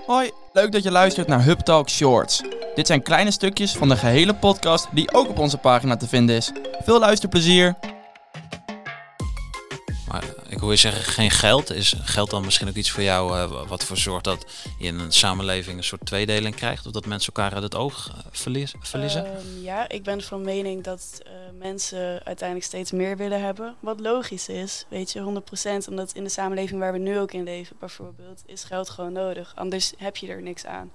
Hoi, leuk dat je luistert naar Hub Talk Shorts. Dit zijn kleine stukjes van de gehele podcast die ook op onze pagina te vinden is. Veel luisterplezier! Maar ik hoor je zeggen geen geld. Is geld dan misschien ook iets voor jou wat ervoor zorgt dat je in een samenleving een soort tweedeling krijgt? Of dat mensen elkaar uit het oog verliezen? Ja, ik ben van mening dat mensen uiteindelijk steeds meer willen hebben. Wat logisch is, weet je, 100%. Omdat in de samenleving waar we nu ook in leven bijvoorbeeld, is geld gewoon nodig. Anders heb je er niks aan.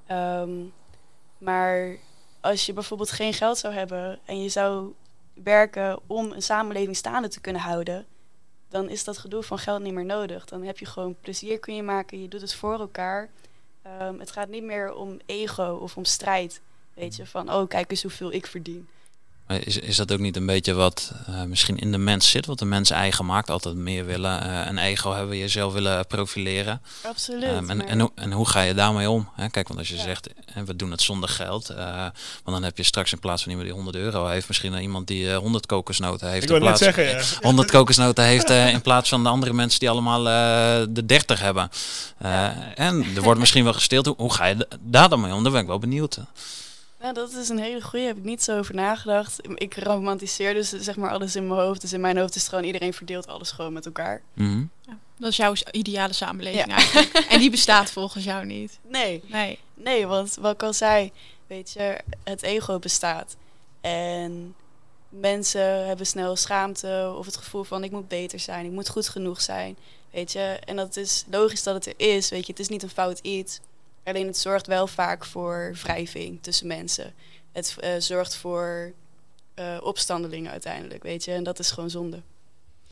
Maar als je bijvoorbeeld geen geld zou hebben en je zou werken om een samenleving staande te kunnen houden, dan is dat gedoe van geld niet meer nodig. Dan heb je gewoon plezier kun je maken, je doet het voor elkaar. Het gaat niet meer om ego of om strijd. Weet je, van oh, kijk eens hoeveel ik verdien. Is dat ook niet een beetje wat misschien in de mens zit? Wat de mens eigen maakt, altijd meer willen. Een ego hebben, jezelf willen profileren. Absoluut. En hoe ga je daarmee om? Kijk, want als je zegt, we doen het zonder geld. Want dan heb je straks in plaats van iemand die 100 euro heeft, misschien iemand die 100 kokosnoten heeft. Ik wil net zeggen, ja. 100 kokosnoten heeft in plaats van de andere mensen die allemaal de 30 hebben. En er wordt misschien wel gesteeld. Hoe ga je daar dan mee om? Daar ben ik wel benieuwd. Ja, dat is een hele goeie. Heb ik niet zo over nagedacht. Ik romantiseer dus zeg maar alles in mijn hoofd. Dus in mijn hoofd is het gewoon iedereen verdeelt alles gewoon met elkaar. Mm-hmm. Ja, dat is jouw ideale samenleving eigenlijk. En die bestaat volgens jou niet. Nee, want wat ik al zei, weet je, het ego bestaat. En mensen hebben snel schaamte of het gevoel van ik moet beter zijn, ik moet goed genoeg zijn. Weet je, en dat is logisch dat het er is. Weet je, het is niet een fout iets. Alleen het zorgt wel vaak voor wrijving tussen mensen. Het zorgt voor opstandelingen uiteindelijk, weet je. En dat is gewoon zonde.